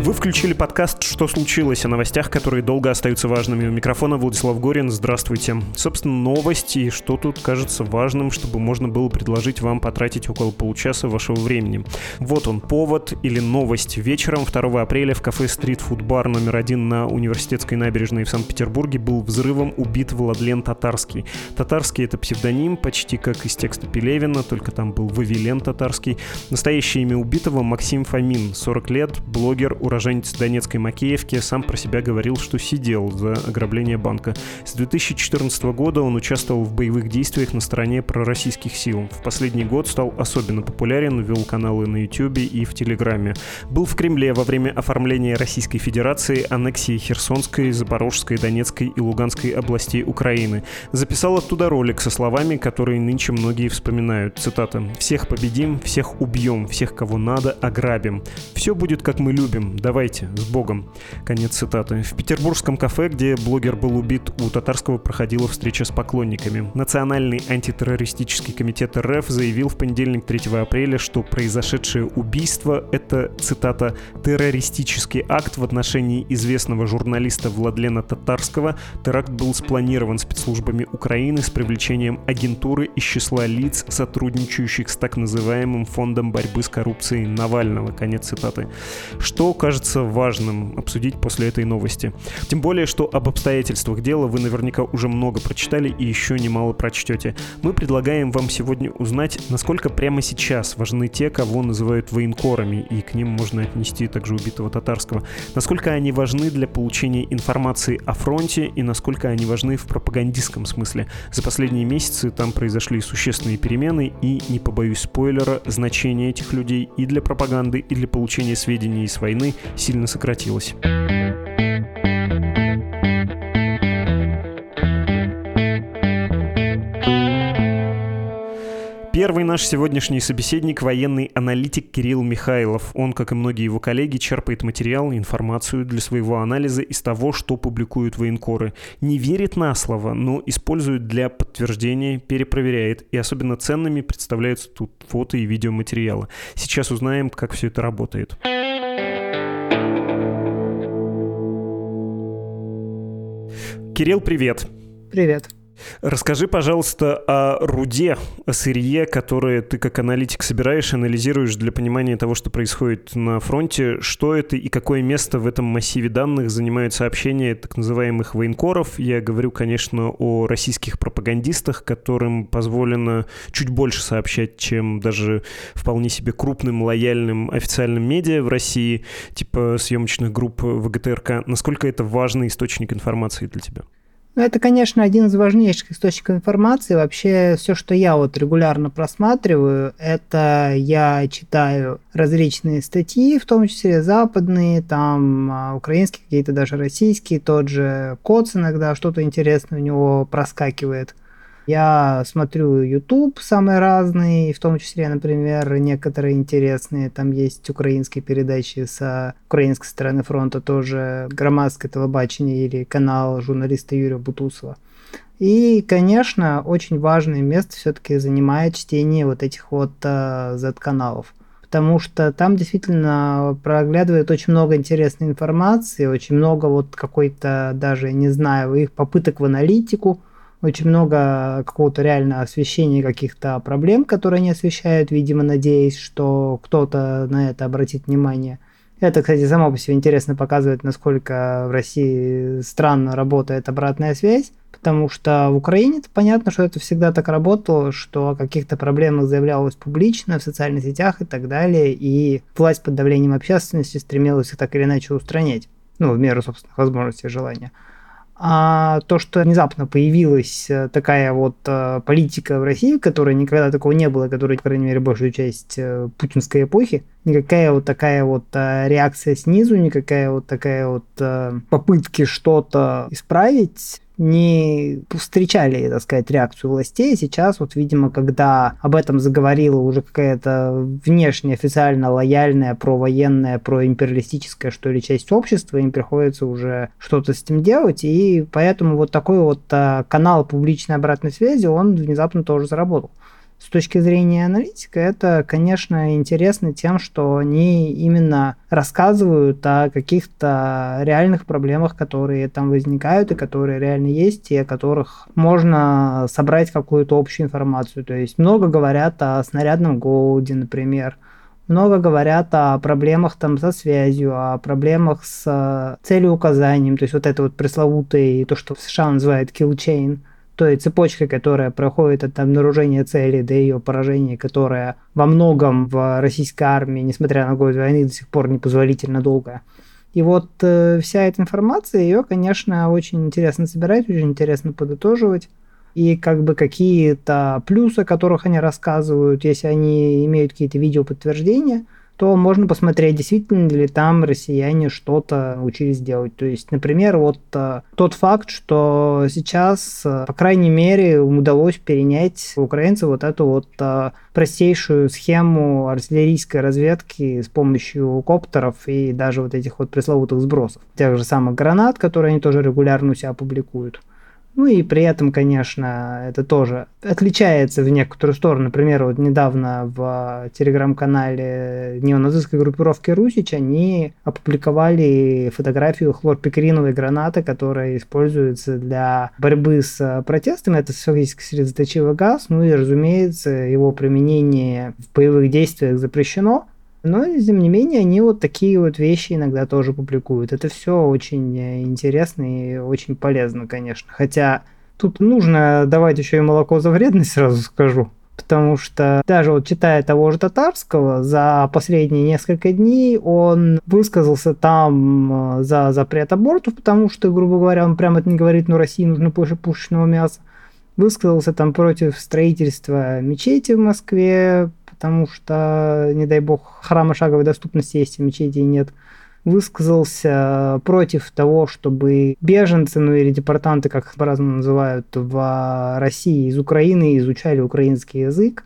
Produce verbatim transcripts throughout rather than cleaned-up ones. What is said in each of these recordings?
Вы включили подкаст «Что случилось?» о новостях, которые долго остаются важными. У микрофона Владислав Горин. Здравствуйте. Собственно, новости, и что тут кажется важным, чтобы можно было предложить вам потратить около получаса вашего времени. Вот он, повод или новость. Вечером второго апреля в кафе «Стрит-фуд-бар» номер один на Университетской набережной в Санкт-Петербурге был взрывом убит Владлен Татарский. Татарский — это псевдоним, почти как из текста Пелевина, только там был Вавилен Татарский. Настоящее имя убитого — Максим Фомин, сорок лет, блогер, уроженец Донецкой Макеевки, сам про себя говорил, что сидел за ограбление банка. С две тысячи четырнадцатого года он участвовал в боевых действиях на стороне пророссийских сил. В последний год стал особенно популярен, вел каналы на Ютубе и в Телеграме. Был в Кремле во время оформления Российской Федерации аннексии Херсонской, Запорожской, Донецкой и Луганской областей Украины. Записал оттуда ролик со словами, которые нынче многие вспоминают. Цитата: «Всех победим, всех убьем, всех, кого надо, ограбим. Все будет, как мы любим. Давайте, с Богом». Конец цитаты. В петербургском кафе, где блогер был убит, у Татарского проходила встреча с поклонниками. Национальный антитеррористический комитет эр эф заявил в понедельник, третьего апреля, что произошедшее убийство — это, цитата, «террористический акт в отношении известного журналиста Владлена Татарского. Теракт был спланирован спецслужбами Украины с привлечением агентуры из числа лиц, сотрудничающих с так называемым фондом борьбы с коррупцией Навального». Конец цитаты. Что кажется важным обсудить после этой новости? Тем более, что об обстоятельствах дела вы наверняка уже много прочитали и еще немало прочтете. Мы предлагаем вам сегодня узнать, насколько прямо сейчас важны те, кого называют военкорами, и к ним можно отнести также убитого Татарского. Насколько они важны для получения информации о фронте и насколько они важны в пропагандистском смысле. За последние месяцы там произошли существенные перемены, и, не побоюсь спойлера, значение этих людей и для пропаганды, и для получения сведений с войны сильно сократилось. Первый наш сегодняшний собеседник — военный аналитик Кирилл Михайлов. Он, как и многие его коллеги, черпает материал, информацию для своего анализа из того, что публикуют военкоры. Не верит на слово, но использует для подтверждения, перепроверяет. И особенно ценными представляются тут фото и видеоматериалы. Сейчас узнаем, как все это работает. Кирилл, привет. Привет. Расскажи, пожалуйста, о руде, о сырье, которое ты как аналитик собираешь, анализируешь для понимания того, что происходит на фронте. Что это и какое место в этом массиве данных занимают сообщения так называемых военкоров? Я говорю, конечно, о российских пропагандистах, которым позволено чуть больше сообщать, чем даже вполне себе крупным, лояльным официальным медиа в России, типа съемочных групп вэ гэ тэ эр ка. Насколько это важный источник информации для тебя? Это, конечно, один из важнейших источников информации. Вообще, все, что я вот регулярно просматриваю, это я читаю различные статьи, в том числе западные, там украинские, какие-то даже российские, тот же Коц иногда что-то интересное у него проскакивает. Я смотрю YouTube самые разные, в том числе, например, некоторые интересные. Там есть украинские передачи с украинской стороны фронта, тоже «Громадское телебачение» или канал журналиста Юрия Бутусова. И, конечно, очень важное место все-таки занимает чтение вот этих вот зет-каналов. Потому что там действительно проглядывает очень много интересной информации, очень много вот какой-то, даже не знаю, их попыток в аналитику, очень много какого-то реального освещения каких-то проблем, которые они освещают, видимо, надеясь, что кто-то на это обратит внимание. Это, кстати, само по себе интересно показывает, насколько в России странно работает обратная связь, потому что в Украине понятно, что это всегда так работало, что о каких-то проблемах заявлялось публично в социальных сетях и так далее, и власть под давлением общественности стремилась их так или иначе устранять, ну, в меру собственных возможностей и желания. А то, что внезапно появилась такая вот политика в России, которой никогда такого не было, которая, по крайней мере, большую часть путинской эпохи, никакая вот такая вот реакция снизу, никакая вот такая вот попытки что-то исправить не встречали, так сказать, реакцию властей. Сейчас вот, видимо, когда об этом заговорила уже какая-то внешне официально лояльная, провоенная, проимпериалистическая, что ли, часть общества, им приходится уже что-то с этим делать, и поэтому вот такой вот канал публичной обратной связи, он внезапно тоже заработал. с точки зрения аналитика, это, конечно, интересно тем, что они именно рассказывают о каких-то реальных проблемах, которые там возникают и которые реально есть, и о которых можно собрать какую-то общую информацию. То есть много говорят о снарядном голоде, например, много говорят о проблемах там со связью, о проблемах с целеуказанием, то есть вот это вот пресловутое, то, что в США называют kill chain, той цепочкой, которая проходит от обнаружения цели до ее поражения, которая во многом в российской армии, несмотря на годы войны, до сих пор непозволительно долгая. И вот э, вся эта информация, ее, конечно, очень интересно собирать, очень интересно подытоживать. И как бы какие-то плюсы, о которых они рассказывают, если они имеют какие-то видеоподтверждения, то можно посмотреть, действительно ли там россияне что-то научились делать. То есть, например, вот э, тот факт, что сейчас, э, по крайней мере, удалось перенять у украинцев вот эту вот э, простейшую схему артиллерийской разведки с помощью коптеров и даже вот этих вот пресловутых сбросов. Тех же самых гранат, которые они тоже регулярно у себя публикуют. Ну и при этом, конечно, это тоже отличается в некоторую сторону. Например, вот недавно в телеграм-канале неонацистской группировки «Русич» они опубликовали фотографию хлорпикриновой гранаты, которая используется для борьбы с протестами. Это фактически слезоточивый газ. Ну и, разумеется, его применение в боевых действиях запрещено. Но, тем не менее, они вот такие вот вещи иногда тоже публикуют. Это все очень интересно и очень полезно, конечно. Хотя тут нужно давать еще и молоко за вредность, сразу скажу. Потому что даже вот читая того же Татарского, за последние несколько дней он высказался там за запрет абортов, потому что, грубо говоря, он прямо это не говорит, но России нужно больше пушечного мяса. Высказался там против строительства мечети в Москве, потому что, не дай бог, храма шаговой доступности есть, а мечетей нет. Высказался против того, чтобы беженцы, ну или депортанты, как их по-разному называют, в России из Украины изучали украинский язык.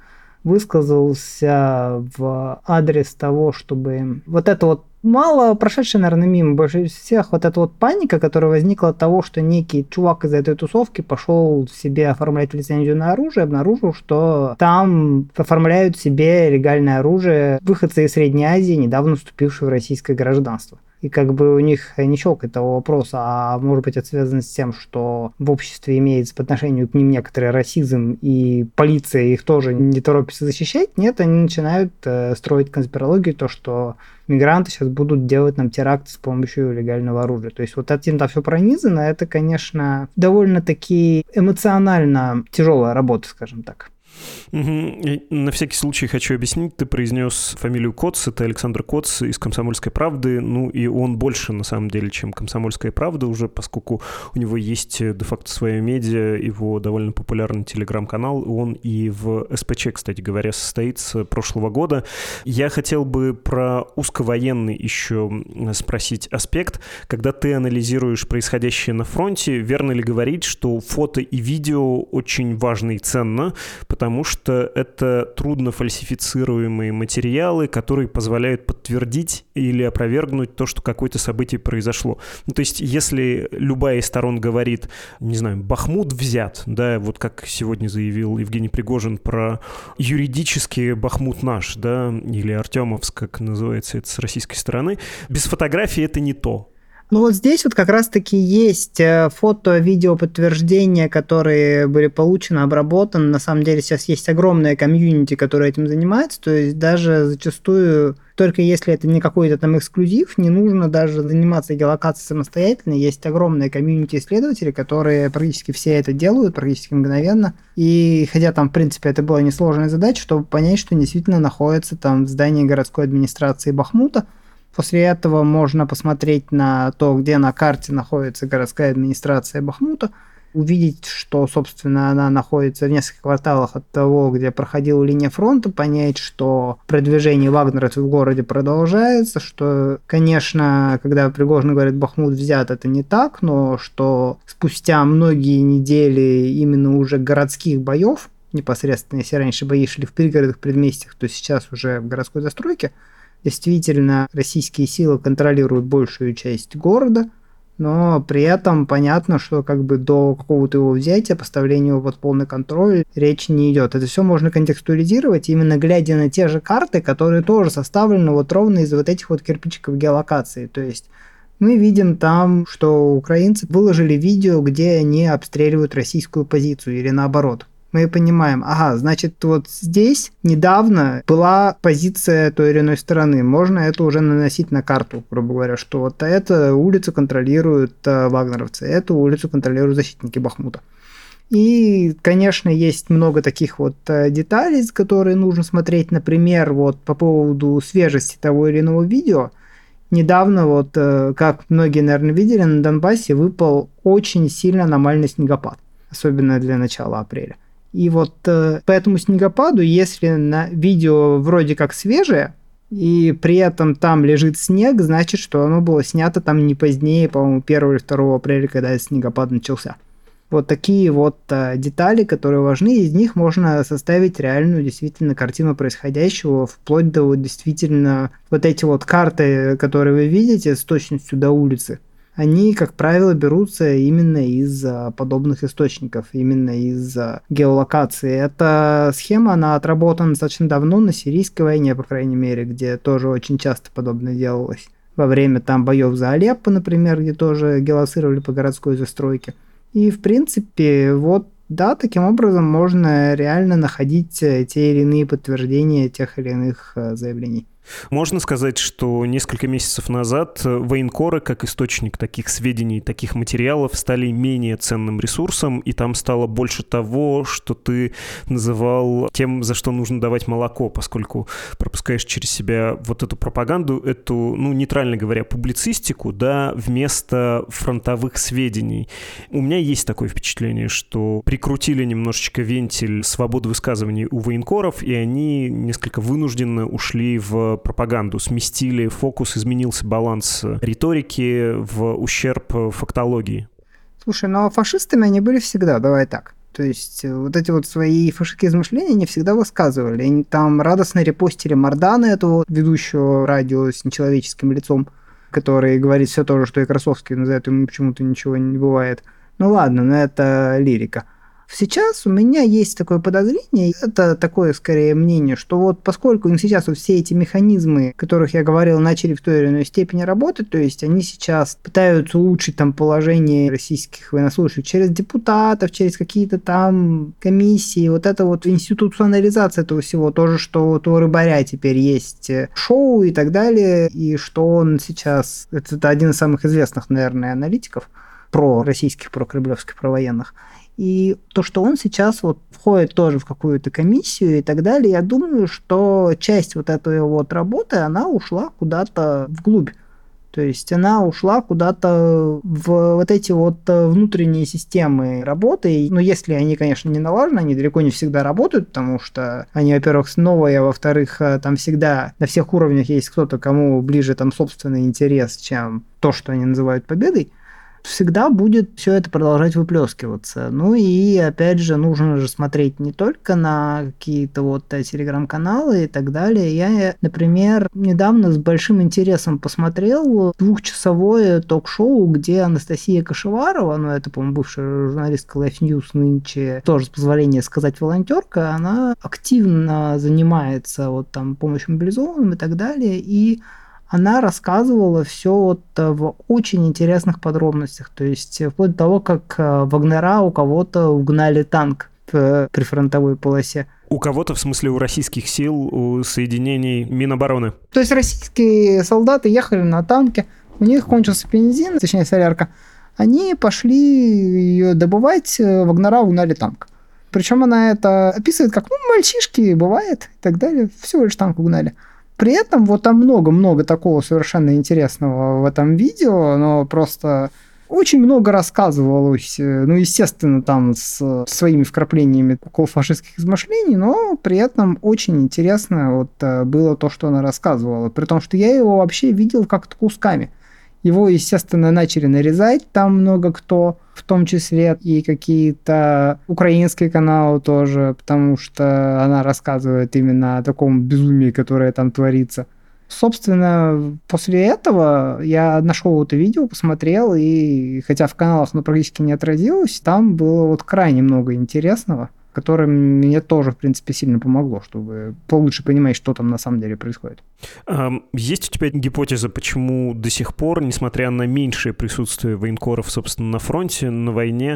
Высказался в адрес того, чтобы вот это вот мало прошедшая, наверное, мимо больше всех, вот эта вот паника, которая возникла от того, что некий чувак из этой тусовки пошел себе оформлять лицензию на оружие, обнаружил, что там оформляют себе легальное оружие выходцы из Средней Азии, недавно вступившие в российское гражданство. И как бы у них не щелкает того вопроса, а может быть это связано с тем, что в обществе имеется по отношению к ним некоторый расизм, и полиция их тоже не торопится защищать. Нет, они начинают э, строить конспирологию, то, что мигранты сейчас будут делать нам теракты с помощью легального оружия. То есть вот этим-то все пронизано, это, конечно, довольно-таки эмоционально тяжелая работа, скажем так. Угу. И на всякий случай хочу объяснить, ты произнес фамилию Коц, это Александр Коц из «Комсомольской правды», ну и он больше на самом деле, чем «Комсомольская правда» уже, поскольку у него есть де-факто своя медиа, его довольно популярный телеграм-канал, он и в эс пэ че, кстати говоря, состоит с прошлого года. Я хотел бы про узковоенный еще спросить аспект. Когда ты анализируешь происходящее на фронте, верно ли говорить, что фото и видео очень важно и ценно, потому что это трудно фальсифицируемые материалы, которые позволяют подтвердить или опровергнуть то, что какое-то событие произошло. Ну, то есть, если любая из сторон говорит, не знаю, Бахмут взят, да, вот как сегодня заявил Евгений Пригожин про юридически Бахмут наш, да, или Артемовск, как называется это с российской стороны, без фотографии это не то. Ну вот здесь вот как раз-таки есть фото, видео подтверждения, которые были получены, обработаны. На самом деле сейчас есть огромная комьюнити, которая этим занимается. То есть даже зачастую, только если это не какой-то там эксклюзив, не нужно даже заниматься геолокацией самостоятельно. Есть огромная комьюнити исследователей, которые практически все это делают, практически мгновенно. И хотя там, в принципе, это была несложная задача, чтобы понять, что действительно находится там в здании городской администрации Бахмута. После этого можно посмотреть на то, где на карте находится городская администрация Бахмута, увидеть, что, собственно, она находится в нескольких кварталах от того, где проходила линия фронта, понять, что продвижение вагнеровцев в городе продолжается, что, конечно, когда Пригожин говорит «Бахмут взят», это не так, но что спустя многие недели именно уже городских боев, непосредственно, если раньше бои шли в пригородных предместьях, то сейчас уже в городской застройке, действительно, российские силы контролируют большую часть города, но при этом понятно, что как бы до какого-то его взятия, поставления его под полный контроль речи не идет. Это все можно контекстуализировать, именно глядя на те же карты, которые тоже составлены вот ровно из вот этих вот кирпичиков геолокации. То есть мы видим там, что украинцы выложили видео, где они обстреливают российскую позицию или наоборот. Мы понимаем, ага, значит, вот здесь недавно была позиция той или иной стороны. Можно это уже наносить на карту, грубо говоря, что вот эту улицу контролируют вагнеровцы, эту улицу контролируют защитники Бахмута. И, конечно, есть много таких вот деталей, которые нужно смотреть. Например, вот по поводу свежести того или иного видео. Недавно, вот, как многие, наверное, видели, на Донбассе выпал очень сильно аномальный снегопад, особенно для начала апреля. И вот э, по этому снегопаду, если на видео вроде как свежее, и при этом там лежит снег, значит, что оно было снято там не позднее, по-моему, первого или второго апреля, когда этот снегопад начался. Вот такие вот э, детали, которые важны, из них можно составить реальную действительно картину происходящего, вплоть до вот действительно вот эти вот карты, которые вы видите с точностью до улицы. Они, как правило, берутся именно из подобных источников, именно из геолокации. Эта схема, она отработана достаточно давно на сирийской войне, по крайней мере, где тоже очень часто подобное делалось. Во время там боев за Алеппо, например, где тоже геолоцировали по городской застройке. И, в принципе, вот, да, таким образом можно реально находить те или иные подтверждения тех или иных заявлений. Можно сказать, что несколько месяцев назад военкоры, как источник таких сведений, таких материалов, стали менее ценным ресурсом, и там стало больше того, что ты называл тем, за что нужно давать молоко, поскольку пропускаешь через себя вот эту пропаганду, эту, ну, нейтрально говоря, публицистику, да, вместо фронтовых сведений. У меня есть такое впечатление, что прикрутили немножечко вентиль свободы высказываний у военкоров, и они несколько вынужденно ушли в пропаганду, сместили фокус, изменился баланс риторики в ущерб фактологии. Слушай, ну фашистами они были всегда, давай так. То есть вот эти вот свои фашистские измышления они всегда высказывали. Они там радостно репостили Мардана, этого ведущего радио с нечеловеческим лицом, который говорит все то же, что и Красовский, но за это ему почему-то ничего не бывает. Ну ладно, но это лирика. Сейчас у меня есть такое подозрение, это такое скорее мнение, что вот поскольку сейчас вот все эти механизмы, о которых я говорил, начали в той или иной степени работать, то есть они сейчас пытаются улучшить там положение российских военнослужащих через депутатов, через какие-то там комиссии, вот это вот институционализация этого всего, тоже, что вот у Рыбаря теперь есть шоу и так далее, и что он сейчас, это один из самых известных, наверное, аналитиков про российских, про кремлевских, про военных. И то, что он сейчас вот входит тоже в какую-то комиссию и так далее, я думаю, что часть вот этой вот работы, она ушла куда-то вглубь. То есть она ушла куда-то в вот эти вот внутренние системы работы. Но если они, конечно, не налажены, они далеко не всегда работают, потому что они, во-первых, новые, а во-вторых, там всегда на всех уровнях есть кто-то, кому ближе там собственный интерес, чем то, что они называют победой. Всегда будет все это продолжать выплескиваться. Ну и, опять же, нужно же смотреть не только на какие-то вот телеграм-каналы и так далее. Я, например, недавно с большим интересом посмотрел двухчасовое ток-шоу, где Анастасия Кашеварова, ну это, по-моему, бывшая журналистка Life News, нынче тоже, с позволения сказать, волонтерка, она активно занимается вот там помощью мобилизованным и так далее, и она рассказывала все вот в очень интересных подробностях, то есть вплоть до того, как вагнера у кого-то угнали танк в прифронтовой полосе. У кого-то, в смысле, у российских сил, у соединений Минобороны? То есть российские солдаты ехали на танке, у них кончился бензин, точнее солярка, они пошли ее добывать, вагнера угнали танк. Причем она это описывает как, ну, мальчишки, бывает, и так далее, всего лишь танк угнали. При этом вот там много-много такого совершенно интересного в этом видео, но просто очень много рассказывалось, ну, естественно, там с своими вкраплениями около фашистских измышлений, но при этом очень интересно вот было то, что она рассказывала, при том, что я его вообще видел как-то кусками. Его, естественно, начали нарезать там много кто, в том числе и какие-то украинские каналы тоже, потому что она рассказывает именно о таком безумии, которое там творится. Собственно, после этого я нашел это видео, посмотрел, и хотя в каналах оно практически не отразилось, там было вот крайне много интересного, которое мне тоже, в принципе, сильно помогло, чтобы получше понимать, что там на самом деле происходит. Есть у тебя гипотеза, почему до сих пор, несмотря на меньшее присутствие военкоров, собственно, на фронте, на войне,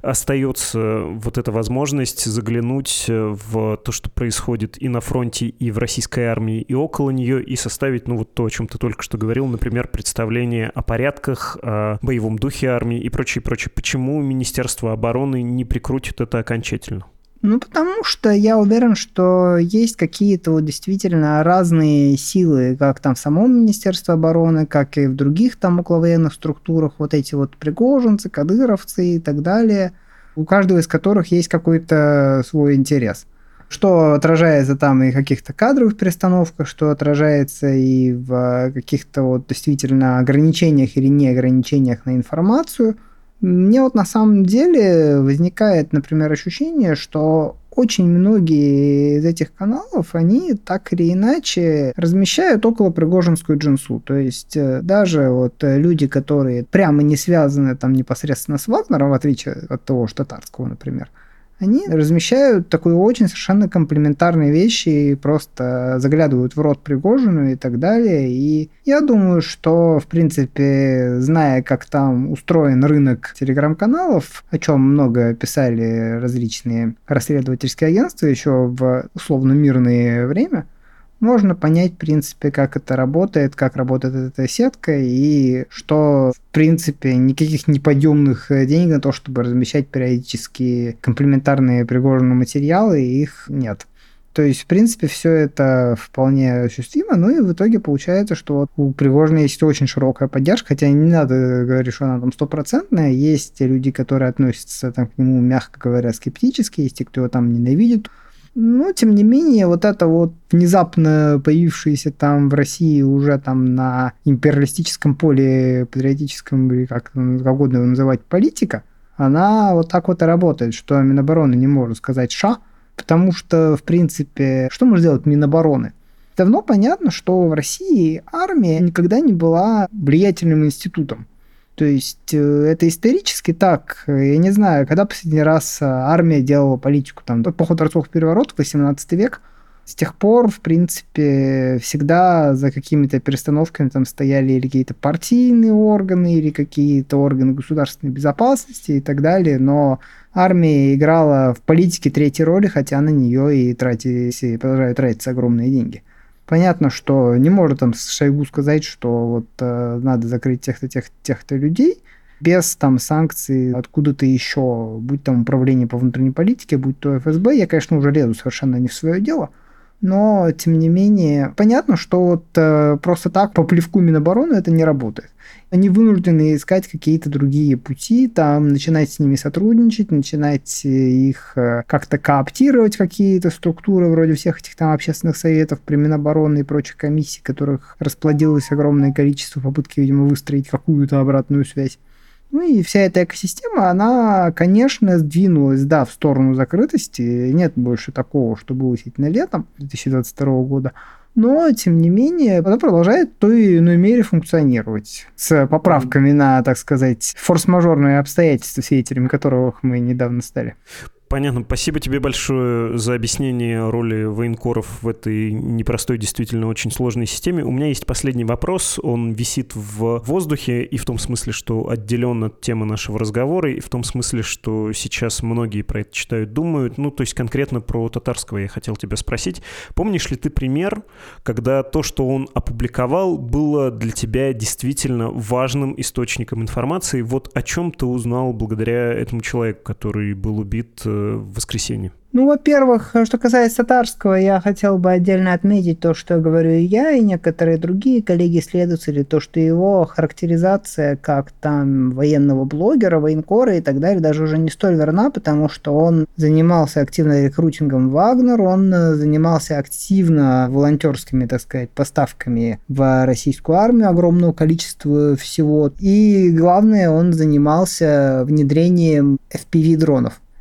остается вот эта возможность заглянуть в то, что происходит и на фронте, и в российской армии, и около нее, и составить, ну, вот то, о чем ты только что говорил, например, представление о порядках, о боевом духе армии и прочее, прочее. Почему Министерство обороны не прикрутит это окончательно? Ну, потому что я уверен, что есть какие-то вот действительно разные силы, как там в самом Министерстве обороны, как и в других там околовоенных структурах, вот эти вот пригожинцы, кадыровцы и так далее, у каждого из которых есть какой-то свой интерес. Что отражается там и в каких-то кадровых перестановках, что отражается и в каких-то вот действительно ограничениях или не ограничениях на информацию. Мне вот на самом деле возникает, например, ощущение, что очень многие из этих каналов, они так или иначе размещают около пригожинскую джинсу. То есть даже вот люди, которые прямо не связаны там непосредственно с Вагнером, в отличие от того же татарского, например, они размещают такие очень совершенно комплементарные вещи и просто заглядывают в рот Пригожину и так далее. И я думаю, что, в принципе, зная, как там устроен рынок телеграм-каналов, о чем много писали различные расследовательские агентства еще в условно мирное время, можно понять, в принципе, как это работает, как работает эта сетка, и что, в принципе, никаких неподъемных денег на то, чтобы размещать периодически комплементарные Пригожину материалы, их нет. То есть, в принципе, все это вполне ощутимо, ну и в итоге получается, что у Пригожина есть очень широкая поддержка, хотя не надо говорить, что она там стопроцентная, есть люди, которые относятся там, к нему, мягко говоря, скептически, есть те, кто его там ненавидит. Но, тем не менее, вот это вот внезапно появившееся там в России уже там на империалистическом поле, патриотическом, или как, как угодно его называть, политика, она вот так вот и работает, что Минобороны не может сказать «ша», потому что, в принципе, что может делать Минобороны? Давно понятно, что в России армия никогда не была влиятельным институтом. То есть это исторически так. Я не знаю, когда последний раз армия делала политику. Там, эпоха дворцовых переворотов, восемнадцатый век. С тех пор, в принципе, всегда за какими-то перестановками там стояли или какие-то партийные органы, или какие-то органы государственной безопасности и так далее. Но армия играла в политике третьей роли, хотя на нее и тратились, и продолжают тратиться огромные деньги. Понятно, что не может там Шойгу сказать, что вот э, надо закрыть тех-то, тех-то, тех-то людей без там санкций откуда-то еще, будь там управление по внутренней политике, будь то эф эс бэ. Я, конечно, уже лезу совершенно не в свое дело, но, тем не менее, понятно, что вот э, просто так по плевку Минобороны это не работает. Они вынуждены искать какие-то другие пути, там, начинать с ними сотрудничать, начинать их э, как-то кооптировать, какие-то структуры, вроде всех этих там общественных советов при Минобороны и прочих комиссий, которых расплодилось огромное количество, попытки, видимо, выстроить какую-то обратную связь. Ну и вся эта экосистема, она, конечно, сдвинулась, да, в сторону закрытости. Нет больше такого, что было действительно летом две тысячи двадцать второго года. Но, тем не менее, она продолжает в той или иной мере функционировать. С поправками на, так сказать, форс-мажорные обстоятельства, свидетелями которых мы недавно стали. Понятно. Спасибо тебе большое за объяснение роли военкоров в этой непростой, действительно очень сложной системе. У меня есть последний вопрос. Он висит в воздухе и в том смысле, что отделен от темы нашего разговора, и в том смысле, что сейчас многие про это читают, думают. Ну, то есть конкретно про татарского я хотел тебя спросить. Помнишь ли ты пример, когда то, что он опубликовал, было для тебя действительно важным источником информации? Вот о чем ты узнал благодаря этому человеку, который был убит в воскресенье? Ну, во-первых, что касается татарского, я хотел бы отдельно отметить то, что говорю и я, и некоторые другие коллеги-исследователи, то, что его характеризация как там военного блогера, военкора и так далее даже уже не столь верна, потому что он занимался активно рекрутингом Вагнер, он занимался активно волонтерскими, так сказать, поставками в российскую армию огромного количества всего, и главное, он занимался внедрением эф пи ви-дронов.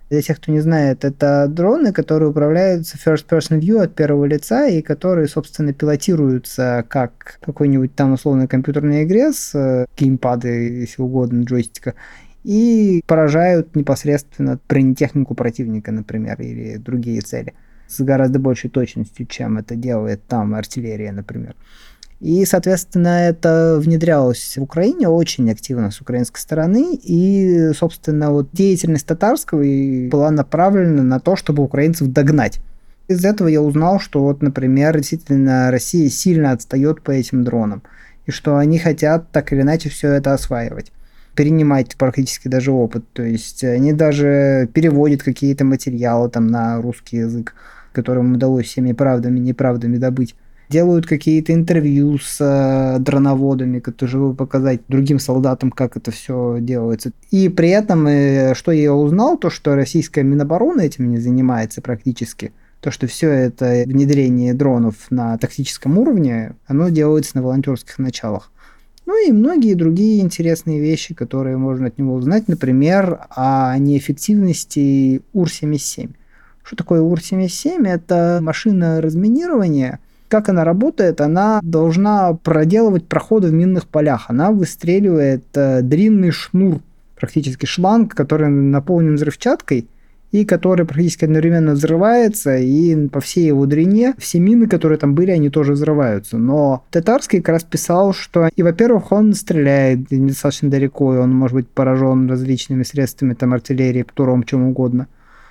Для тех, кто не знает, это дроны, которые управляются first-person view от первого лица и которые, собственно, пилотируются как в какой-нибудь там условной компьютерной игре с геймпада, если угодно, джойстика, и поражают непосредственно бронетехнику противника, например, или другие цели с гораздо большей точностью, чем это делает там артиллерия, например. И, соответственно, это внедрялось в Украине очень активно с украинской стороны, и, собственно, вот деятельность Татарского была направлена на то, чтобы украинцев догнать. Из этого я узнал, что вот, например, действительно Россия сильно отстает по этим дронам, и что они хотят так или иначе все это осваивать, перенимать практически даже опыт. То есть они даже переводят какие-то материалы там на русский язык, которые им удалось всеми правдами и неправдами добыть. Делают какие-то интервью с э, дроноводами, чтобы показать другим солдатам, как это все делается. И при этом, э, что я узнал, то, что российская Минобороны этим не занимается практически. То, что все это внедрение дронов на тактическом уровне, оно делается на волонтерских началах. Ну и многие другие интересные вещи, которые можно от него узнать. Например, о неэффективности ур семьдесят семь. Что такое ур семьдесят семь? Это машина разминирования. Как она работает? Она должна проделывать проходы в минных полях. Она выстреливает э, длинный шнур, практически шланг, который наполнен взрывчаткой, и который практически одновременно взрывается, и по всей его длине все мины, которые там были, они тоже взрываются. Но Татарский как раз писал, что, и, во-первых, он стреляет недостаточно далеко, и он может быть поражен различными средствами, там, артиллерии, птуром, чем угодно.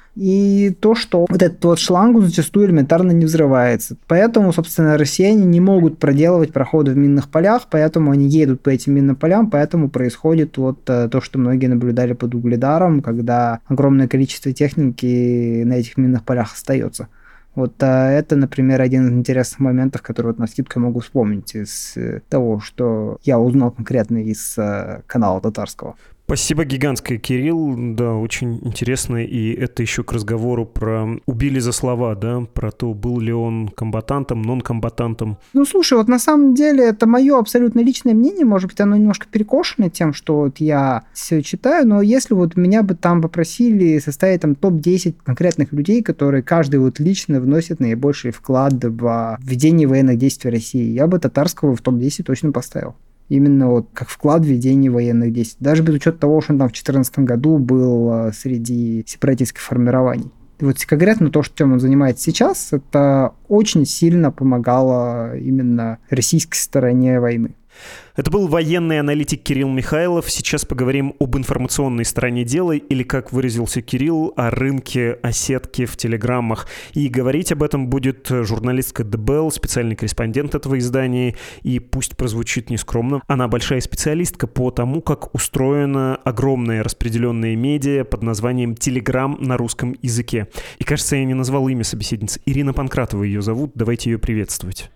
И то, что вот этот вот шланг зачастую элементарно не взрывается. Поэтому, собственно, россияне не могут проделывать проходы в минных полях, поэтому они едут по этим минным полям, поэтому происходит вот то, что многие наблюдали под Угледаром, когда огромное количество техники на этих минных полях остается. Вот это, например, один из интересных моментов, который вот навскидку могу вспомнить из того, что я узнал конкретно из канала Татарского. Спасибо гигантское, Кирилл. Да, очень интересно. И это еще к разговору про «убили за слова», да, про то, был ли он комбатантом, нон-комбатантом. Ну, слушай, вот на самом деле это мое абсолютно личное мнение. Может быть, оно немножко перекошено тем, что вот я все читаю, но если вот меня бы там попросили составить там топ десять конкретных людей, которые каждый вот лично вносит наибольший вклад в введение военных действий России, я бы Татарского в топ десять точно поставил. Именно вот как вклад в ведение военных действий. Даже без учета того, что он там в две тысячи четырнадцатом году был среди сепаратистских формирований. И вот конкретно то, чем он занимается сейчас, это очень сильно помогало именно российской стороне войны. Это был военный аналитик Кирилл Михайлов. Сейчас поговорим об информационной стороне дела, или, как выразился Кирилл, о рынке осетки в телеграммах. И говорить об этом будет журналистка ДБЛ, специальный корреспондент этого издания, и пусть прозвучит нескромно, она большая специалистка по тому, как устроено огромное распределенное медиа под названием «Телеграм» на русском языке. И, кажется, я не назвал имя собеседницы. Ирина Панкратова ее зовут. Давайте ее приветствовать.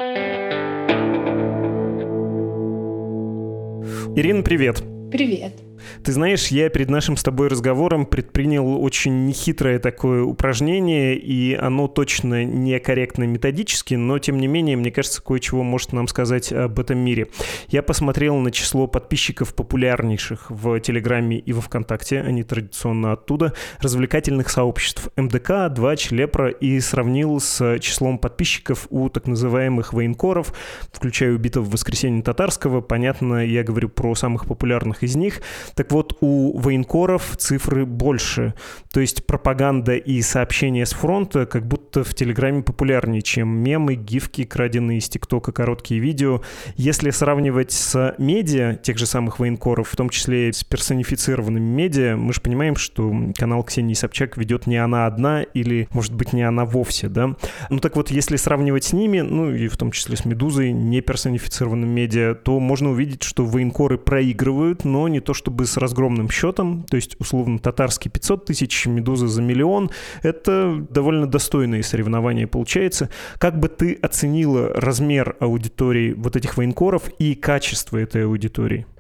Ирина, привет. Привет. Ты знаешь, я перед нашим с тобой разговором предпринял очень нехитрое такое упражнение, и оно точно некорректно методически, но, тем не менее, мне кажется, кое-чего может нам сказать об этом мире. Я посмотрел на число подписчиков популярнейших в Телеграме и во ВКонтакте, они традиционно оттуда, развлекательных сообществ эм дэ ка, Двач, Лепра, и сравнил с числом подписчиков у так называемых военкоров, включая убитого в воскресенье Татарского. Понятно, я говорю про самых популярных из них. Так вот, у военкоров цифры больше. То есть пропаганда и сообщения с фронта как будто в Телеграме популярнее, чем мемы, гифки, краденные из ТикТока, короткие видео. Если сравнивать с медиа тех же самых военкоров, в том числе с персонифицированными медиа, мы же понимаем, что канал Ксении Собчак ведет не она одна или, может быть, не она вовсе, да? Ну так вот, если сравнивать с ними, ну и в том числе с «Медузой», не персонифицированным медиа, то можно увидеть, что военкоры проигрывают, но не то чтобы с разгромным счетом, то есть, условно, Татарский пятьсот тысяч, «Медуза» за миллион. Это довольно достойные соревнования получается. Как бы ты оценила размер аудитории вот этих военкоров и качество этой аудитории?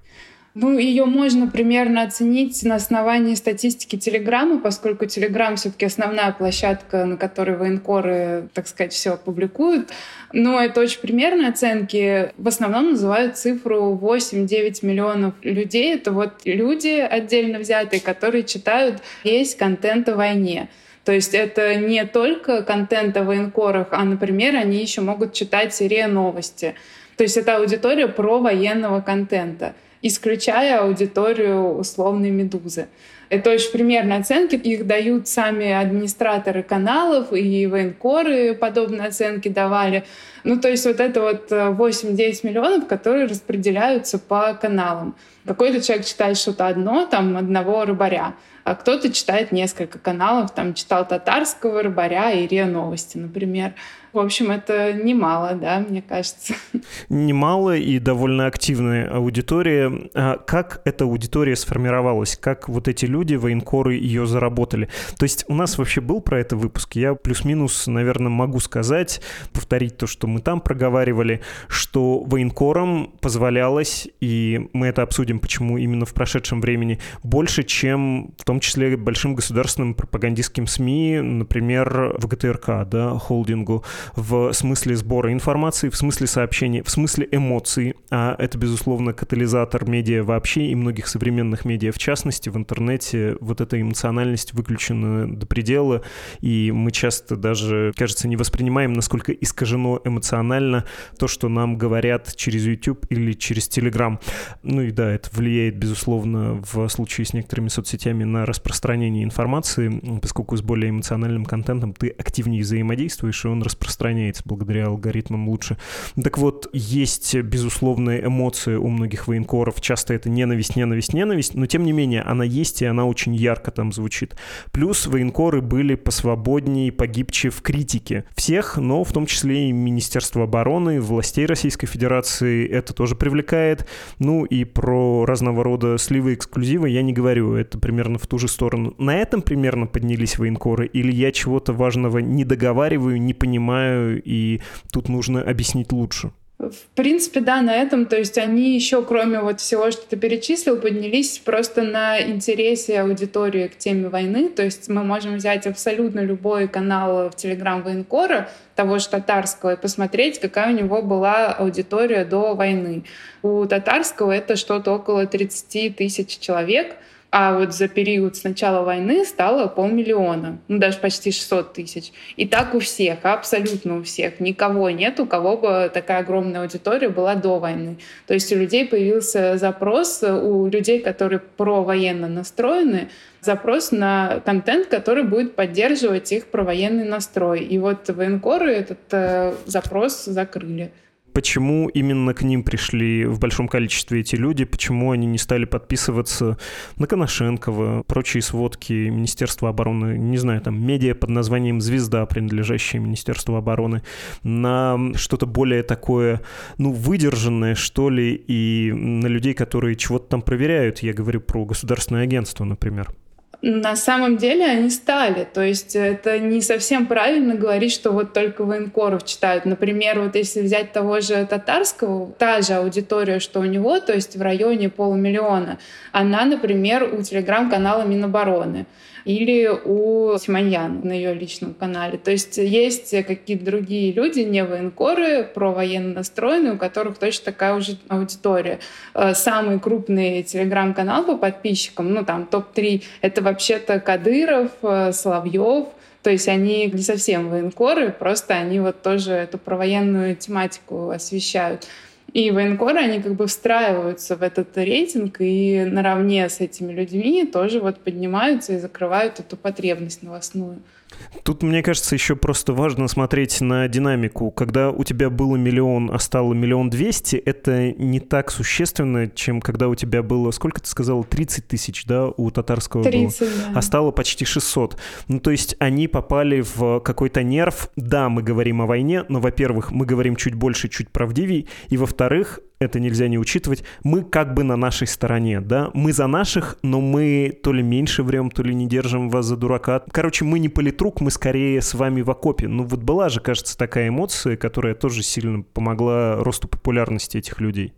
Ну, ее можно примерно оценить на основании статистики Телеграма, поскольку Телеграм все-таки основная площадка, на которой военкоры, так сказать, все публикуют. Но это очень примерные оценки. В основном называют цифру восемь-девять миллионов людей. Это вот люди отдельно взятые, которые читают весь контент о войне. То есть это не только контент о военкорах, а, например, они еще могут читать РИА Новости. То есть это аудитория про военного контента, исключая аудиторию условной «Медузы». Это очень примерные оценки. Их дают сами администраторы каналов, и военкоры подобные оценки давали. Ну, то есть вот это вот восемь-девять миллионов, которые распределяются по каналам. Какой-то человек читает что-то одно, там, одного рыбаря, а кто-то читает несколько каналов, там, читал татарского рыбаря и РИА Новости, например. В общем, это немало, да, мне кажется. Немало и довольно активная аудитория. А как эта аудитория сформировалась? Как вот эти люди, военкоры, ее заработали? То есть у нас вообще был про это выпуск. Я плюс-минус, наверное, могу сказать, повторить то, что мы там проговаривали, что военкорам позволялось, и мы это обсудим, почему именно в прошедшем времени, больше, чем в том числе большим государственным пропагандистским СМИ, например, ВГТРК, да, холдингу, в смысле сбора информации, в смысле сообщений, в смысле эмоций. А это, безусловно, катализатор медиа вообще и многих современных медиа в частности. В интернете вот эта эмоциональность выключена до предела, и мы часто даже, кажется, не воспринимаем, насколько искажено эмоционально то, что нам говорят через YouTube или через Telegram. Ну и да, это влияет, безусловно, в случае с некоторыми соцсетями на распространение информации, поскольку с более эмоциональным контентом ты активнее взаимодействуешь, и он распространяется распространяется благодаря алгоритмам лучше. Так вот, есть безусловные эмоции у многих военкоров. Часто это ненависть, ненависть, ненависть, но тем не менее она есть, и она очень ярко там звучит. Плюс военкоры были посвободнее, погибче в критике всех, но в том числе и Министерство обороны, властей Российской Федерации это тоже привлекает. Ну и про разного рода сливы эксклюзивы я не говорю, это примерно в ту же сторону. На этом примерно поднялись военкоры, или я чего-то важного не договариваю, не понимаю, и тут нужно объяснить лучше? В принципе, да, на этом, то есть они еще, кроме вот всего, что ты перечислил, поднялись просто на интересе аудитории к теме войны, то есть мы можем взять абсолютно любой канал в Telegram военкора, того же татарского, и посмотреть, какая у него была аудитория до войны. У татарского это что-то около тридцать тысяч человек, а вот за период с начала войны стало полмиллиона, ну даже почти шестьсот тысяч. И так у всех, абсолютно у всех. Никого нет, у кого бы такая огромная аудитория была до войны. То есть у людей появился запрос, у людей, которые провоенно настроены, запрос на контент, который будет поддерживать их провоенный настрой. И вот военкоры этот э, запрос закрыли. Почему именно к ним пришли в большом количестве эти люди? Почему они не стали подписываться на Коношенкова, прочие сводки Министерства обороны, не знаю, там, медиа под названием «Звезда», принадлежащие Министерству обороны, на что-то более такое, ну, выдержанное, что ли, и на людей, которые чего-то там проверяют? Я говорю про государственное агентство, например. На самом деле они стали. То есть это не совсем правильно говорить, что вот только военкоров читают. Например, вот если взять того же татарского, та же аудитория, что у него, то есть в районе полумиллиона, она, например, у телеграм-канала Минобороны или у Симоньян на ее личном канале. То есть есть какие-то другие люди, не военкоры, провоенно настроенные, у которых точно такая уже аудитория. Самый крупный телеграм-канал по подписчикам, ну там топ три, это вообще-то Кадыров, Соловьев. То есть они не совсем военкоры, просто они вот тоже эту провоенную тематику освещают. И военкоры, они как бы встраиваются в этот рейтинг и наравне с этими людьми тоже вот поднимаются и закрывают эту потребность новостную. Тут, мне кажется, еще просто важно смотреть на динамику. Когда у тебя было миллион, а стало миллион двести, это не так существенно, чем когда у тебя было, сколько ты сказала, тридцать тысяч, да, у татарского тридцать, было, да. А стало почти шестьсот. Ну, то есть они попали в какой-то нерв. Да, мы говорим о войне, но, во-первых, мы говорим чуть больше, чуть правдивее, и, во-вторых, это нельзя не учитывать, мы как бы на нашей стороне, да, мы за наших, но мы то ли меньше врем, то ли не держим вас за дурака. Короче, мы не политрук, мы скорее с вами в окопе. Ну вот была же, кажется, такая эмоция, которая тоже сильно помогла росту популярности этих людей.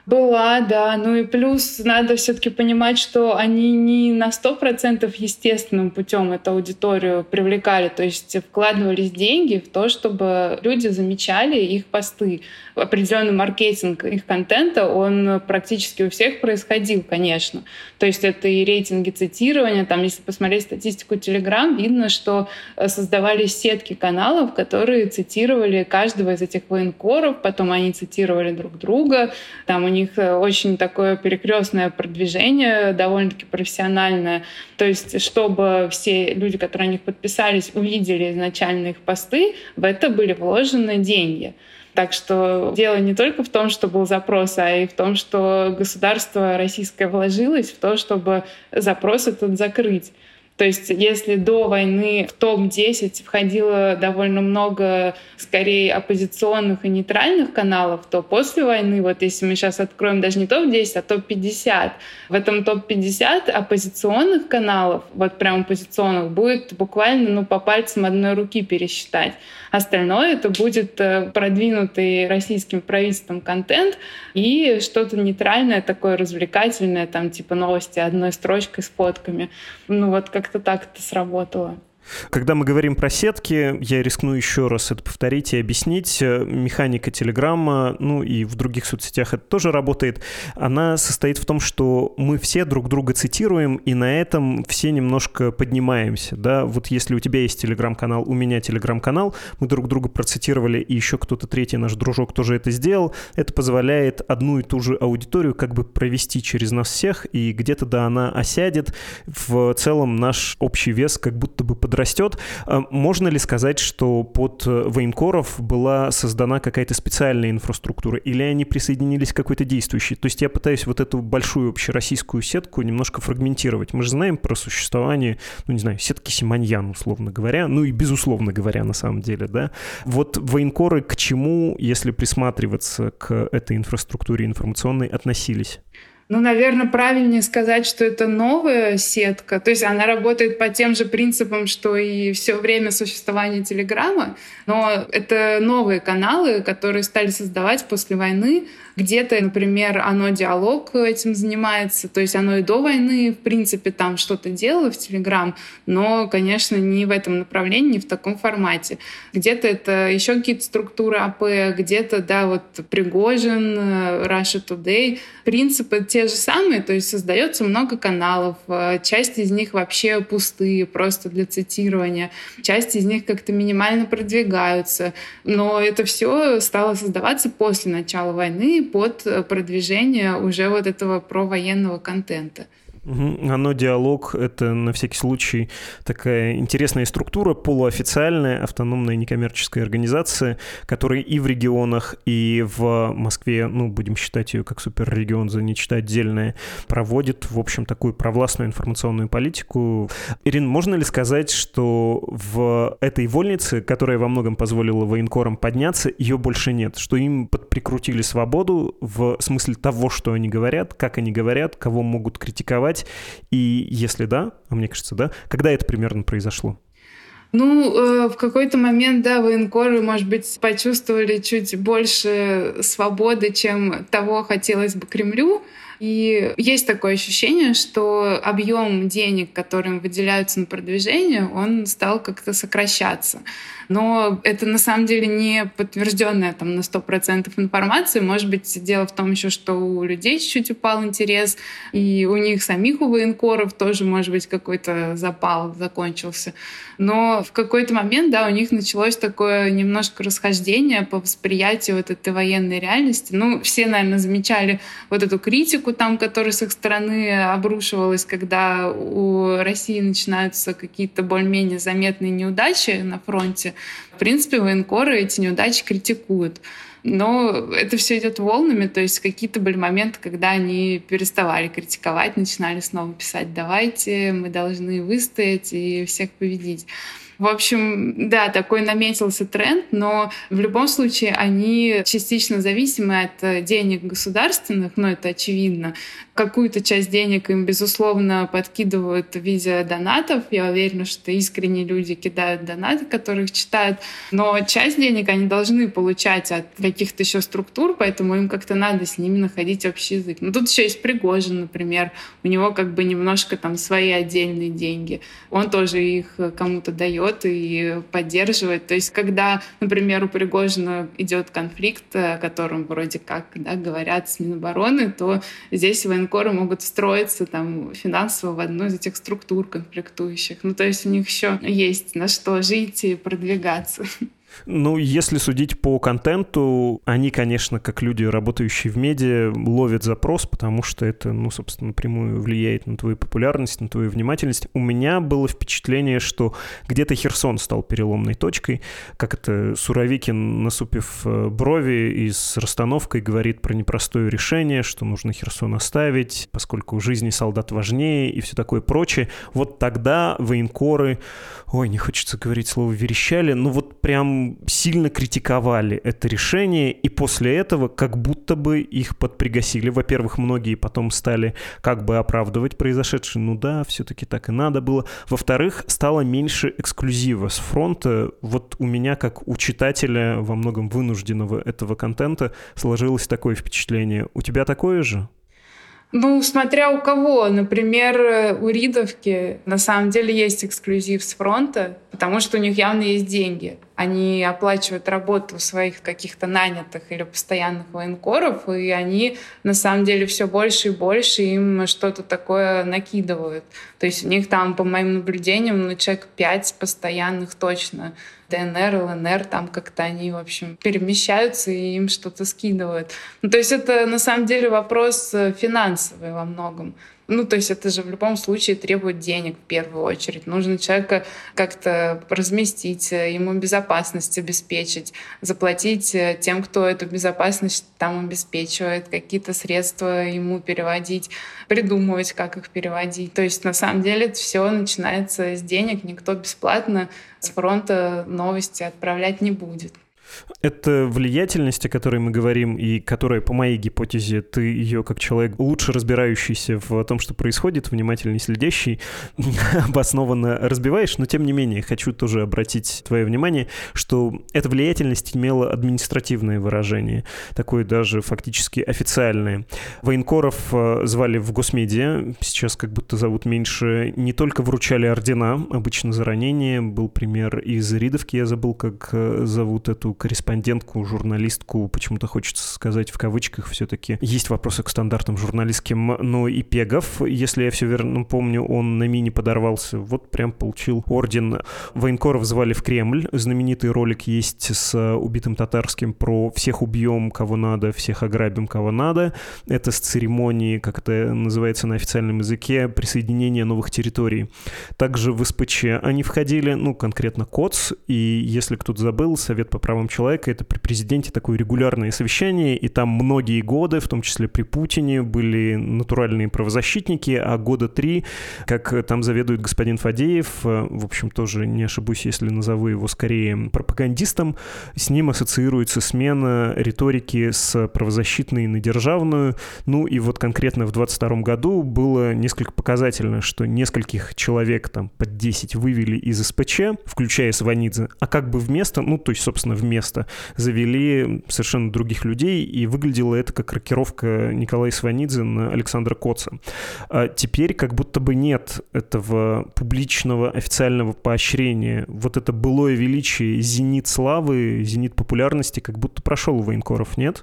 Была, да. Ну и плюс надо все-таки понимать, что они не на сто процентов естественным путем эту аудиторию привлекали. То есть вкладывались деньги в то, чтобы люди замечали их посты. Определенный маркетинг их контента, он практически у всех происходил, конечно. То есть это и рейтинги цитирования. Там, если посмотреть статистику Telegram, видно, что создавались сетки каналов, которые цитировали каждого из этих военкоров. Потом они цитировали друг друга. Там у них очень такое перекрестное продвижение, довольно-таки профессиональное. То есть, чтобы все люди, которые на них подписались, увидели изначально их посты, в это были вложены деньги. Так что дело не только в том, что был запрос, а и в том, что государство российское вложилось в то, чтобы запрос этот закрыть. То есть если до войны в топ десять входило довольно много, скорее, оппозиционных и нейтральных каналов, то после войны, вот если мы сейчас откроем даже не топ десять, а топ пятьдесят, в этом топ пятьдесят оппозиционных каналов, вот прям оппозиционных, будет буквально ну, по пальцам одной руки пересчитать. Остальное это будет продвинутый российским правительством контент и что-то нейтральное, такое развлекательное, там типа новости одной строчкой с фотками. Ну вот как-то так это сработало. Когда мы говорим про сетки, я рискну еще раз это повторить и объяснить. Механика Телеграма, ну и в других соцсетях это тоже работает, она состоит в том, что мы все друг друга цитируем, и на этом все немножко поднимаемся. Да? Вот если у тебя есть Телеграм-канал, у меня Телеграм-канал, мы друг друга процитировали, и еще кто-то третий, наш дружок, тоже это сделал, это позволяет одну и ту же аудиторию как бы провести через нас всех, и где-то да, она осядет. В целом наш общий вес как будто бы подрастет. Растет. Можно ли сказать, что под военкоров была создана какая-то специальная инфраструктура, или они присоединились к какой-то действующей? То есть я пытаюсь вот эту большую общероссийскую сетку немножко фрагментировать. Мы же знаем про существование, ну не знаю, сетки Симоньян, условно говоря, ну и безусловно говоря на самом деле, да. Вот военкоры к чему, если присматриваться к этой инфраструктуре информационной, относились? Ну, наверное, правильнее сказать, что это новая сетка. То есть она работает по тем же принципам, что и все время существования Телеграма, но это новые каналы, которые стали создавать после войны. Где-то, например, Оно Диалог этим занимается. То есть оно и до войны, в принципе, там что-то делало в Телеграм, но, конечно, не в этом направлении, не в таком формате. Где-то это еще какие-то структуры АП, где-то, да, вот Пригожин, Russia Today. Принципы те же самые, то есть создается много каналов, часть из них вообще пустые, просто для цитирования, часть из них как-то минимально продвигаются, но это все стало создаваться после начала войны под продвижение уже вот этого провоенного контента. Угу. Оно Диалог — это, на всякий случай, такая интересная структура, полуофициальная, автономная некоммерческая организация, которая и в регионах, и в Москве, ну, будем считать ее как суперрегион за нечто отдельное, проводит, в общем, такую провластную информационную политику. Ирина, можно ли сказать, что в этой вольнице, которая во многом позволила военкорам подняться, ее больше нет, что им подприкрутили свободу в смысле того, что они говорят, как они говорят, кого могут критиковать? И если да, а мне кажется, да, когда это примерно произошло? Ну, э, в какой-то момент, да, военкоры, может быть, почувствовали чуть больше свободы, чем того хотелось бы Кремлю. И есть такое ощущение, что объем денег, которым выделяются на продвижение, он стал как-то сокращаться. Но это на самом деле не подтвержденная там на сто процентов информация. Может быть, дело в том еще, что у людей чуть-чуть упал интерес, и у них самих, у военкоров, тоже, может быть, какой-то запал закончился. Но в какой-то момент, да, у них началось такое немножко расхождение по восприятию вот этой военной реальности. Ну, все, наверное, замечали вот эту критику там, которая с их стороны обрушивалась, когда у России начинаются какие-то более-менее заметные неудачи на фронте. В принципе, военкоры эти неудачи критикуют. Но это все идет волнами, то есть какие-то были моменты, когда они переставали критиковать, начинали снова писать: давайте, мы должны выстоять и всех победить. В общем, да, такой наметился тренд, но в любом случае они частично зависимы от денег государственных, но это очевидно. Какую-то часть денег им, безусловно, подкидывают в виде донатов. Я уверена, что искренние люди кидают донаты, которых читают. Но часть денег они должны получать от каких-то еще структур, поэтому им как-то надо с ними находить общий язык. Но тут еще есть Пригожин, например. У него как бы немножко там свои отдельные деньги. Он тоже их кому-то дает и поддерживает. То есть когда, например, у Пригожина идет конфликт, о котором вроде как, да, говорят с Минобороны, то здесь военкоры могут встроиться там финансово в одну из этих структур конфликтующих. Ну, то есть у них еще есть на что жить и продвигаться. Ну, если судить по контенту, они, конечно, как люди, работающие в медиа, ловят запрос, потому что это, ну, собственно, напрямую влияет на твою популярность, на твою внимательность. У меня было впечатление, что где-то Херсон стал переломной точкой. Как это Суровикин, насупив брови и с расстановкой, говорит про непростое решение, что нужно Херсон оставить, поскольку жизни солдат важнее и все такое прочее. Вот тогда военкоры, ой, не хочется говорить слово «верещали», но вот прям сильно критиковали это решение, и после этого как будто бы их подпригасили. Во-первых, многие потом стали как бы оправдывать произошедшее. Ну да, все-таки так и надо было. Во-вторых, стало меньше эксклюзива с фронта. Вот у меня, как у читателя, во многом вынужденного этого контента, сложилось такое впечатление. У тебя такое же? Ну, смотря у кого. Например, у Ридовки на самом деле есть эксклюзив с фронта, потому что у них явно есть деньги. Они оплачивают работу своих каких-то нанятых или постоянных военкоров, и они на самом деле все больше и больше им что-то такое накидывают. То есть у них там, по моим наблюдениям, ну, человек пять постоянных точно. ДНР, ЛНР, там как-то они, в общем, перемещаются и им что-то скидывают. Ну, то есть это на самом деле вопрос финансовый во многом. Ну, то есть это же в любом случае требует денег в первую очередь. Нужно человека как-то разместить, ему безопасность обеспечить, заплатить тем, кто эту безопасность там обеспечивает, какие-то средства ему переводить, придумывать, как их переводить. То есть на самом деле это все начинается с денег. Никто бесплатно с фронта новости отправлять не будет. Это влиятельность, о которой мы говорим, и которая, по моей гипотезе, ты ее, как человек, лучше разбирающийся в том, что происходит, внимательный, следящий, обоснованно разбиваешь, но, тем не менее, хочу тоже обратить твое внимание, что эта влиятельность имела административное выражение, такое даже фактически официальное. Военкоров звали в Госмедиа, сейчас как будто зовут меньше, не только вручали ордена, обычно за ранение, был пример из Ридовки, я забыл, как зовут эту корреспондентку, журналистку, почему-то хочется сказать в кавычках, все-таки есть вопросы к стандартам журналистским, но и Пегов, если я все верно помню, он на мине подорвался, вот прям получил орден. Военкоров звали в Кремль, знаменитый ролик есть с убитым татарским про «всех убьем, кого надо, всех ограбим, кого надо». Это с церемонии, как это называется на официальном языке, присоединения новых территорий. Также в СПЧ они входили, ну, конкретно КОЦ, и если кто-то забыл, Совет по правам человека, это при президенте такое регулярное совещание, и там многие годы, в том числе при Путине, были натуральные правозащитники, а года три, как там заведует господин Фадеев, в общем, тоже не ошибусь, если назову его скорее пропагандистом, с ним ассоциируется смена риторики с правозащитной на державную. Ну и вот конкретно в двадцать втором году было несколько показательно, что нескольких человек там под десять вывели из СПЧ, включая Сванидзе, а как бы вместо, ну то есть, собственно, вместо завели совершенно других людей, и выглядело это как рокировка Николая Сванидзе на Александра Коца. А теперь как будто бы нет этого публичного официального поощрения. Вот это былое величие, зенит славы, зенит популярности как будто прошел у военкоров, нет?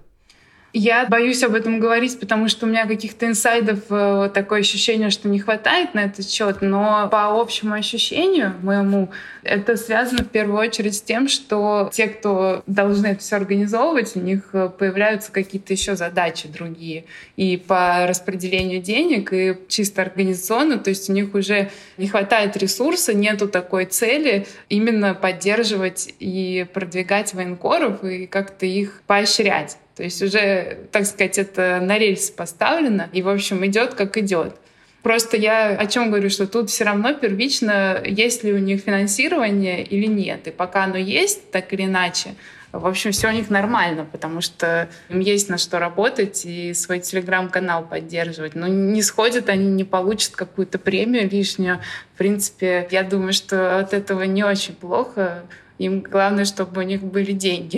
Я боюсь об этом говорить, потому что у меня каких-то инсайдов, такое ощущение, что не хватает на этот счет, но по общему ощущению моему это связано в первую очередь с тем, что те, кто должны это все организовывать, у них появляются какие-то еще задачи другие и по распределению денег, и чисто организационно, то есть у них уже не хватает ресурса, нету такой цели именно поддерживать и продвигать военкоров и как-то их поощрять. То есть уже, так сказать, это на рельсы поставлено, и, в общем, идет как идет. Просто я о чем говорю, что тут все равно первично, есть ли у них финансирование или нет. И пока оно есть, так или иначе, в общем, все у них нормально, потому что им есть на что работать и свой телеграм-канал поддерживать. Но не сходят они, не получат какую-то премию лишнюю. В принципе, я думаю, что от этого не очень плохо. Им главное, чтобы у них были деньги.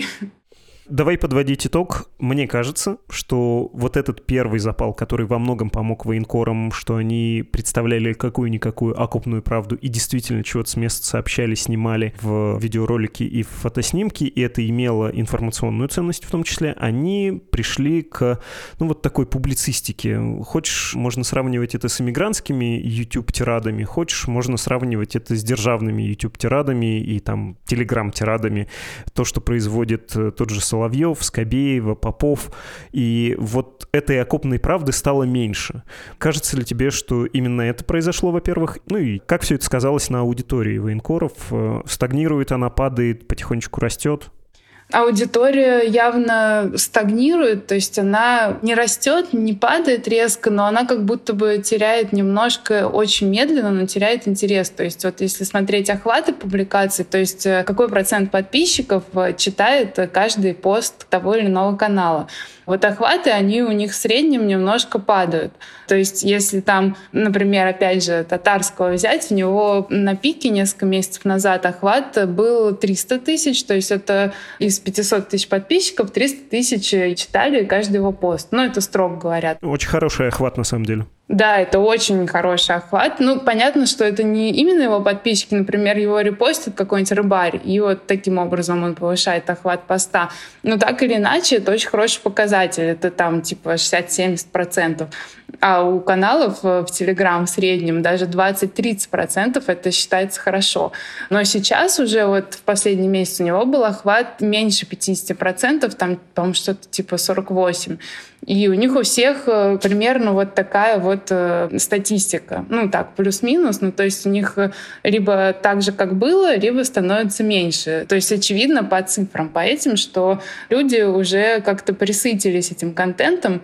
Давай подводить итог. Мне кажется, что вот этот первый запал, который во многом помог военкорам, что они представляли какую-никакую окопную правду и действительно чего-то с места сообщали, снимали в видеоролики и в фотоснимки, и это имело информационную ценность в том числе, они пришли к, ну, вот такой публицистике. Хочешь, можно сравнивать это с эмигрантскими YouTube-тирадами, хочешь, можно сравнивать это с державными YouTube-тирадами и там Telegram-тирадами. То, что производит тот же Соловьев, Скобеева, Попов. И вот этой окопной правды стало меньше. Кажется ли тебе, что именно это произошло, во-первых? Ну и как все это сказалось на аудитории военкоров? Стагнирует она, падает, потихонечку растет? Аудитория явно стагнирует, то есть она не растет, не падает резко, но она как будто бы теряет немножко, очень медленно, но теряет интерес. То есть вот если смотреть охваты публикаций, то есть какой процент подписчиков читает каждый пост того или иного канала. Вот охваты, они у них в среднем немножко падают. То есть если там, например, опять же, Татарского взять, у него на пике несколько месяцев назад охват был триста тысяч, то есть это из пятьсот тысяч подписчиков триста тысяч читали каждый его пост. Ну, это строго говоря. Очень хороший охват, на самом деле. Да, это очень хороший охват. Ну, понятно, что это не именно его подписчики. Например, его репостит какой-нибудь рыбарь, и вот таким образом он повышает охват поста. Но так или иначе, это очень хороший показатель. Это там типа шестьдесят-семьдесят процентов. А у каналов в Telegram в среднем даже двадцать-тридцать процентов это считается хорошо. Но сейчас уже вот в последний месяц у него был охват меньше пятьдесят процентов, там, по-моему, что-то типа сорок восемь процентов. И у них у всех примерно вот такая вот статистика. Ну так, плюс-минус. Ну то есть у них либо так же, как было, либо становится меньше. То есть очевидно по цифрам, по этим, что люди уже как-то присытились этим контентом,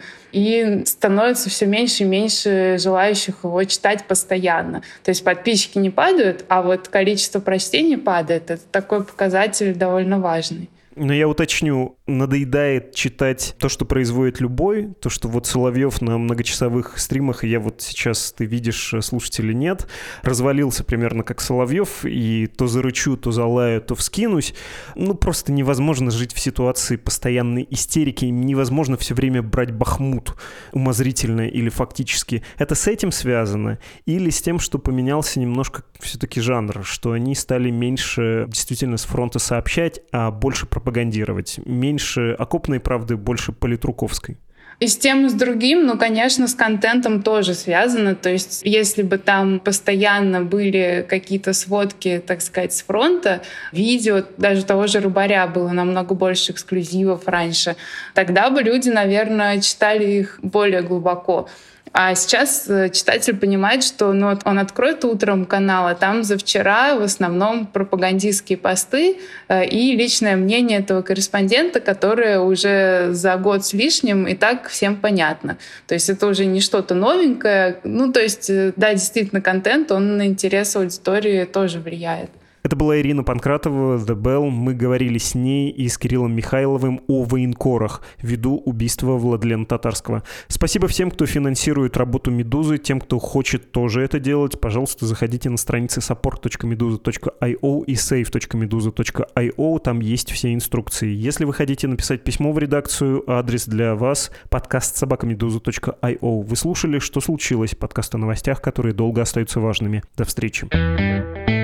и становится все меньше и меньше желающих его читать постоянно. То есть подписчики не падают, а вот количество прочтений падает. Это такой показатель довольно важный. Но я уточню, надоедает читать то, что производит любой, то, что вот Соловьев на многочасовых стримах, и я вот сейчас, ты видишь, слушателей нет, развалился примерно как Соловьев, и то зарычу, то залаю, то вскинусь. Ну, просто невозможно жить в ситуации постоянной истерики, невозможно все время брать бахмут умозрительно или фактически. Это с этим связано? Или с тем, что поменялся немножко все-таки жанр, что они стали меньше действительно с фронта сообщать, а больше пропагандировать? Меньше окопной правды, больше политруковской? И с тем, и с другим, ну, конечно, с контентом тоже связано. То есть если бы там постоянно были какие-то сводки, так сказать, с фронта, видео, даже того же «Рыбаря» было намного больше эксклюзивов раньше, тогда бы люди, наверное, читали их более глубоко. А сейчас читатель понимает, что ну, он откроет утром канал, а там за вчера в основном пропагандистские посты и личное мнение этого корреспондента, которое уже за год с лишним и так всем понятно. То есть это уже не что-то новенькое. Ну, то есть, да, действительно, контент, он на интерес аудитории тоже влияет. Это была Ирина Панкратова, The Bell. Мы говорили с ней и с Кириллом Михайловым о военкорах ввиду убийства Владлена Татарского. Спасибо всем, кто финансирует работу «Медузы», тем, кто хочет тоже это делать. Пожалуйста, заходите на страницы support точка meduza точка io и save точка meduza точка io. Там есть все инструкции. Если вы хотите написать письмо в редакцию, адрес для вас — подкаст собака meduza точка io. Вы слушали «Что случилось?» Подкаст о новостях, которые долго остаются важными. До встречи.